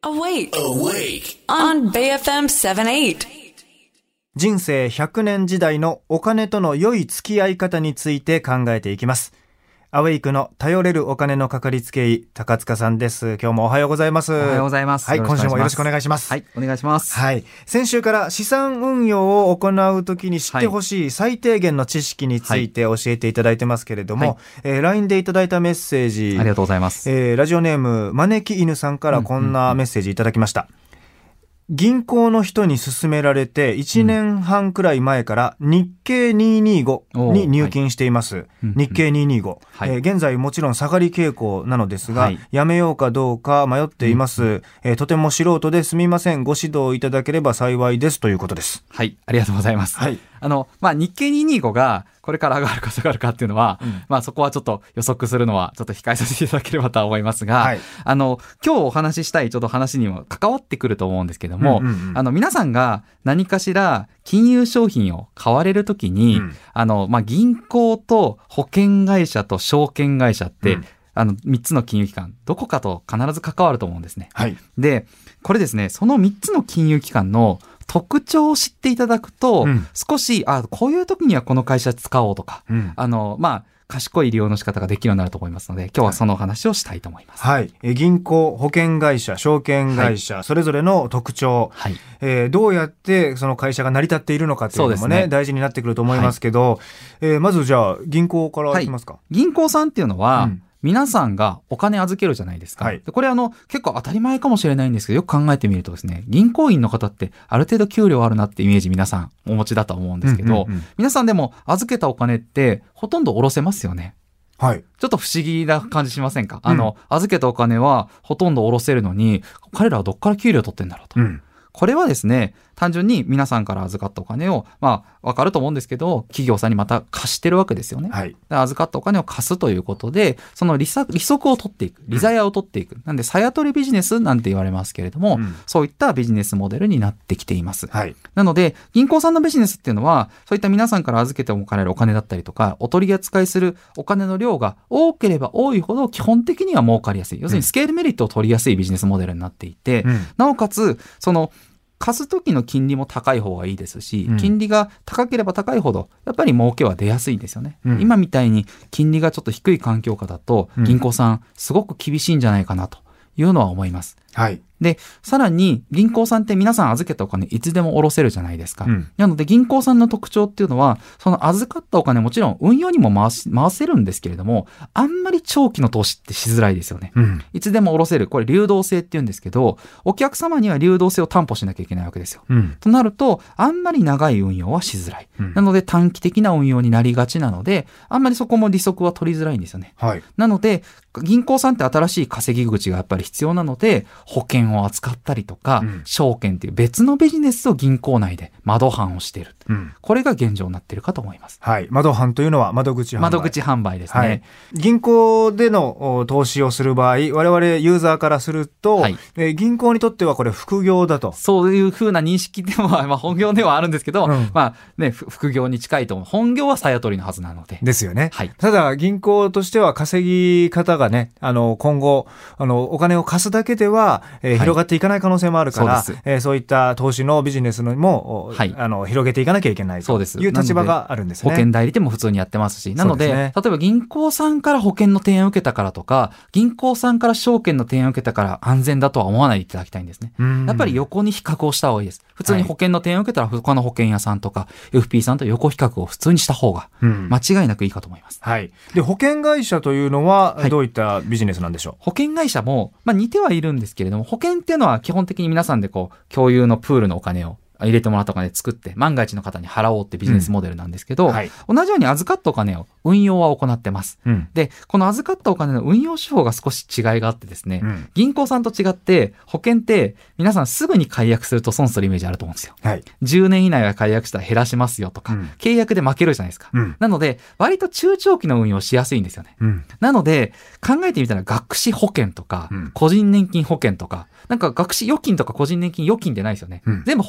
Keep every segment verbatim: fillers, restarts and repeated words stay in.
Awake. Awake. On ベイエフエムセブンティーエイト。 人生ひゃくねん時代のお金との良い付き合い方について考えていきます。アウェイクの頼れるお金のかかりつけ医、高塚さんです。今日もおはようございます。 おはようございます。 はい、今週もよろしくお願いします。 はい、お願いします。 はい、先週から資産運用を行うときに知ってほしい最低限の知識について教えていただいてますけれども、はいえー、ライン でいただいたメッセージ、 ありがとうございます。 えー、ラジオネーム招き犬さんからこんなメッセージいただきました。うんうんうん、銀行の人に勧められていちねんはんくらい前から日経にひゃくにじゅうごに入金しています、はい、日経にひゃくにじゅうご、はいえー、現在もちろん下がり傾向なのですが、はい、やめようかどうか迷っています、うんえー、とても素人ですみません、ご指導いただければ幸いですということです。 はい、ありがとうございます、はいあのまあ、日経にひゃくにじゅうごがこれから上がるか下がるかっていうのは、うんまあ、そこはちょっと予測するのはちょっと控えさせていただければと思いますが、はい、あの今日お話ししたいちょっと話にも関わってくると思うんですけども、うんうんうん、あの皆さんが何かしら金融商品を買われるときに、うんあのまあ、銀行と保険会社と証券会社って、うんあのみっつの金融機関どこかと必ず関わると思うんですね、はい、でこれですねそのみっつの金融機関の特徴を知っていただくと、うん、少しあこういう時にはこの会社使おうとか、うん、あのまあ賢い利用の仕方ができるようになると思いますので今日はそのお話をしたいと思います、 はいえ銀行、保険会社、証券会社、はい、それぞれの特徴、はいえー、どうやってその会社が成り立っているのかというのも ね, ね大事になってくると思いますけど、はいえー、まずじゃあ銀行からいきますか、はい、 銀行さんっていうのは、うん皆さんがお金預けるじゃないですか、はい、でこれあの結構当たり前かもしれないんですけどよく考えてみるとですね銀行員の方ってある程度給料あるなってイメージ皆さんお持ちだと思うんですけど、うんうんうん、皆さんでも預けたお金ってほとんど下ろせますよね。はい、ちょっと不思議な感じしませんか、うん、あの預けたお金はほとんど下ろせるのに彼らはどっから給料取ってんだろうと、うんこれはですね単純に皆さんから預かったお金をまあ分かると思うんですけど企業さんにまた貸してるわけですよね、はい、預かったお金を貸すということでその利息、利息を取っていく利ざやを取っていく、うん、なんでさや取りビジネスなんて言われますけれども、うん、そういったビジネスモデルになってきています、はい、なので銀行さんのビジネスっていうのはそういった皆さんから預けておかれるお金だったりとかお取り扱いするお金の量が多ければ多いほど基本的には儲かりやすい要するにスケールメリットを取りやすいビジネスモデルになっていて、うん、なおかつその貸す時の金利も高い方がいいですし、うん、金利が高ければ高いほどやっぱり儲けは出やすいんですよね、うん、今みたいに金利がちょっと低い環境下だと銀行さんすごく厳しいんじゃないかなというのは思います、はい、でさらに銀行さんって皆さん預けたお金いつでも下ろせるじゃないですか、うん、なので銀行さんの特徴っていうのはその預かったお金もちろん運用にも回し、回せるんですけれどもあんまり長期の投資ってしづらいですよね、うん、いつでも下ろせるこれ流動性っていうんですけどお客様には流動性を担保しなきゃいけないわけですよ、うん、となるとあんまり長い運用はしづらい、うん、なので短期的な運用になりがちなのであんまりそこも利息は取りづらいんですよね、はい、なので銀行さんって新しい稼ぎ口がやっぱり必要なので保険を扱ったりとか、うん、証券っていう別のビジネスを銀行内で窓販をしている、うん、これが現状になっているかと思います、 はい、窓販というのは窓口販売窓口販売ですね、はい、 銀行での投資をする場合我々ユーザーからすると、はいえー、銀行にとってはこれ副業だとそういうふうな認識でも、まあ、本業ではあるんですけど、うんまあね、副業に近いと思う本業はさや取りのはずなのでですよね、はい、ただ銀行としては稼ぎ方がねあの今後あのお金を貸すだけでは、えー、広がっていかない可能性もあるから、はいそうえー、そういった投資のビジネスのも、はい、あの広げていかなきゃいけないという立場があるんですね。 保険代理店も普通にやってますしなの で, で、ね、例えば銀行さんから保険の提案を受けたからとか銀行さんから証券の提案を受けたから安全だとは思わないでいただきたいんですね。やっぱり横に比較をした方がいいです。普通に保険の提案を受けたら他の保険屋さんとか エフピー さんと横比較を普通にした方が間違いなくいいかと思います、 うんはい、で保険会社というのはどういったビジネスなんでしょう。はい、 保険会社も、まあ、似てはいるんですけれども保険っていうのは基本的に皆さんでこう共有のプールのお金を入れてもらったお金で作って万が一の方に払おうってビジネスモデルなんですけど、うんはい、同じように預かったお金を運用は行ってます、うん、でこの預かったお金の運用手法が少し違いがあってですね、うん、銀行さんと違って保険って皆さんすぐに解約すると損するイメージあると思うんですよ、はい、じゅうねん以内は解約したら減らしますよとか、うん、契約で負けるじゃないですか、うん、なので割と中長期の運用しやすいんですよね、うん、なので考えてみたら学資保険とか、うん、個人年金保険とかなんか学資預金とか個人年金預金ってないですよね、うん、全部保険会社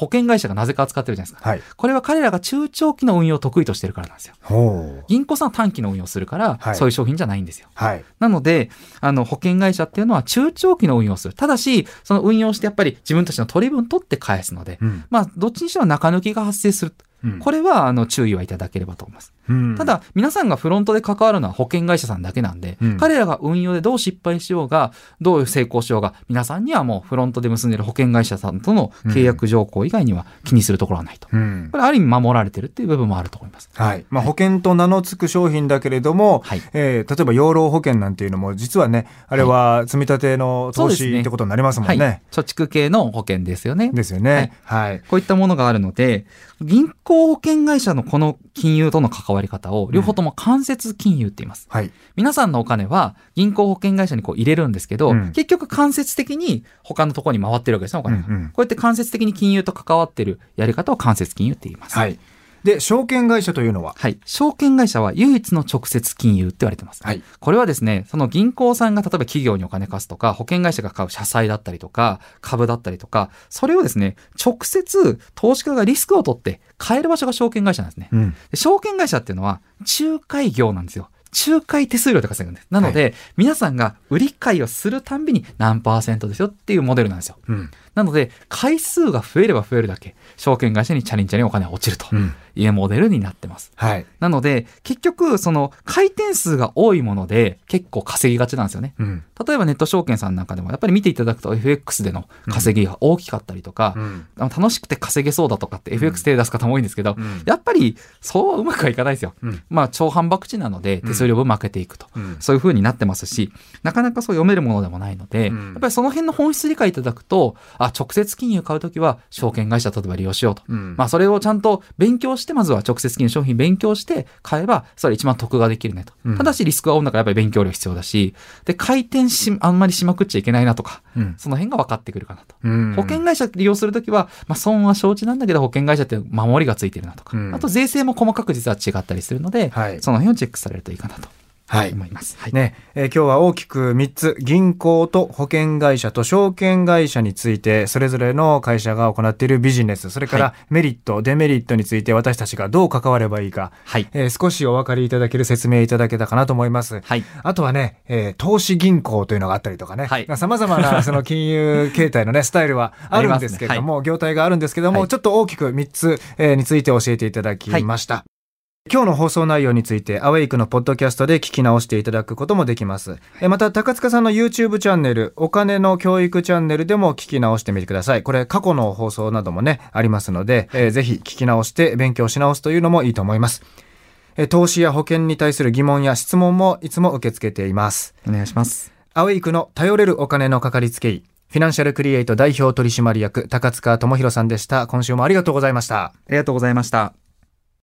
社がなぜか扱ってるじゃないですか、 はい、 これは彼らが中長期の運用を得意としてるからなんですよ。 ほう。 銀行さんは短期の運用をするから、はい、そういう商品じゃないんですよ、 はい、 なのであの保険会社っていうのは中長期の運用をする。ただしその運用してやっぱり自分たちの取り分取って返すので、うん、まあどっちにしても中抜きが発生する、うん、これはあの注意はいただければと思います、うん、ただ皆さんがフロントで関わるのは保険会社さんだけなんで、うん、彼らが運用でどう失敗しようがどう成功しようが皆さんにはもうフロントで結んでいる保険会社さんとの契約条項以外には気にするところはないと、うん、これある意味守られてるっていう部分もあると思います、 はい。まあ、保険と名の付く商品だけれども、はい、えー、例えば養老保険なんていうのも実はねあれは積み立ての投資ってことになりますもんね、はい、 貯蓄系の保険ですよね。 ですよね、はいはい、 こういったものがあるので銀行保険会社のこの金融との関わり方を両方とも間接金融って言います、うん、はい、皆さんのお金は銀行保険会社にこう入れるんですけど、うん、結局間接的に他のところに回ってるわけですねお金が、うんうん、こうやって間接的に金融と関わってるやり方を間接金融って言います、 はい。で証券会社というのは、 はい、証券会社は唯一の直接金融って言われてます、はい、これはですねその銀行さんが例えば企業にお金貸すとか保険会社が買う社債だったりとか株だったりとかそれをですね直接投資家がリスクを取って買える場所が証券会社なんですね、うん、で証券会社っていうのは仲介業なんですよ。仲介手数料で稼ぐんです。なので、はい、皆さんが売り買いをするたんびに何パーセントですよっていうモデルなんですよ、うん、なので回数が増えれば増えるだけ証券会社にチャリンチャリンお金が落ちるというモデルになってます、うん、はい、なので結局その回転数が多いもので結構稼ぎがちなんですよね、うん、例えばネット証券さんなんかでもやっぱり見ていただくと エフエックス での稼ぎが大きかったりとか、うん、楽しくて稼げそうだとかって エフエックス 手出す方も多いんですけど、うん、やっぱりそううまくはいかないですよ、うん、まあ超反博打なので手数料分負けていくと、うん、そういう風になってますしなかなかそう読めるものでもないので、うん、やっぱりその辺の本質理解いただくとあ直接金融買うときは証券会社例えば利用しようと、うん、まあそれをちゃんと勉強してまずは直接金融商品勉強して買えばそれ一番得ができるねと、うん、ただしリスクが多いんだからやっぱり勉強量必要だしで回転しあんまりしまくっちゃいけないなとか、うん、その辺が分かってくるかなと、うん、保険会社利用するときは、まあ、損は承知なんだけど保険会社って守りがついてるなとか、うん、あと税制も細かく実は違ったりするので、はい、その辺をチェックされるといいかなとはい思います、はいねえー、今日は大きくみっつ銀行と保険会社と証券会社についてそれぞれの会社が行っているビジネスそれからメリット、はい、デメリットについて私たちがどう関わればいいか、はいえー、少しお分かりいただける説明いただけたかなと思います、はい、あとはね、えー、投資銀行というのがあったりとかねさまざまなその金融形態の、ね、スタイルはあるんですけれども、ねはい、業態があるんですけれども、はい、ちょっと大きくみっつ、えー、について教えていただきました、はい今日の放送内容についてアウェイクのポッドキャストで聞き直していただくこともできます。また高塚さんの YouTube チャンネルお金の教育チャンネルでも聞き直してみてください。これ過去の放送などもねありますので、えー、ぜひ聞き直して勉強し直すというのもいいと思います。投資や保険に対する疑問や質問もいつも受け付けています。 お願いします。 アウェイクの頼れるお金のかかりつけ医フィナンシャルクリエイト代表取締役高塚智博さんでした。今週もありがとうございました。 ありがとうございました。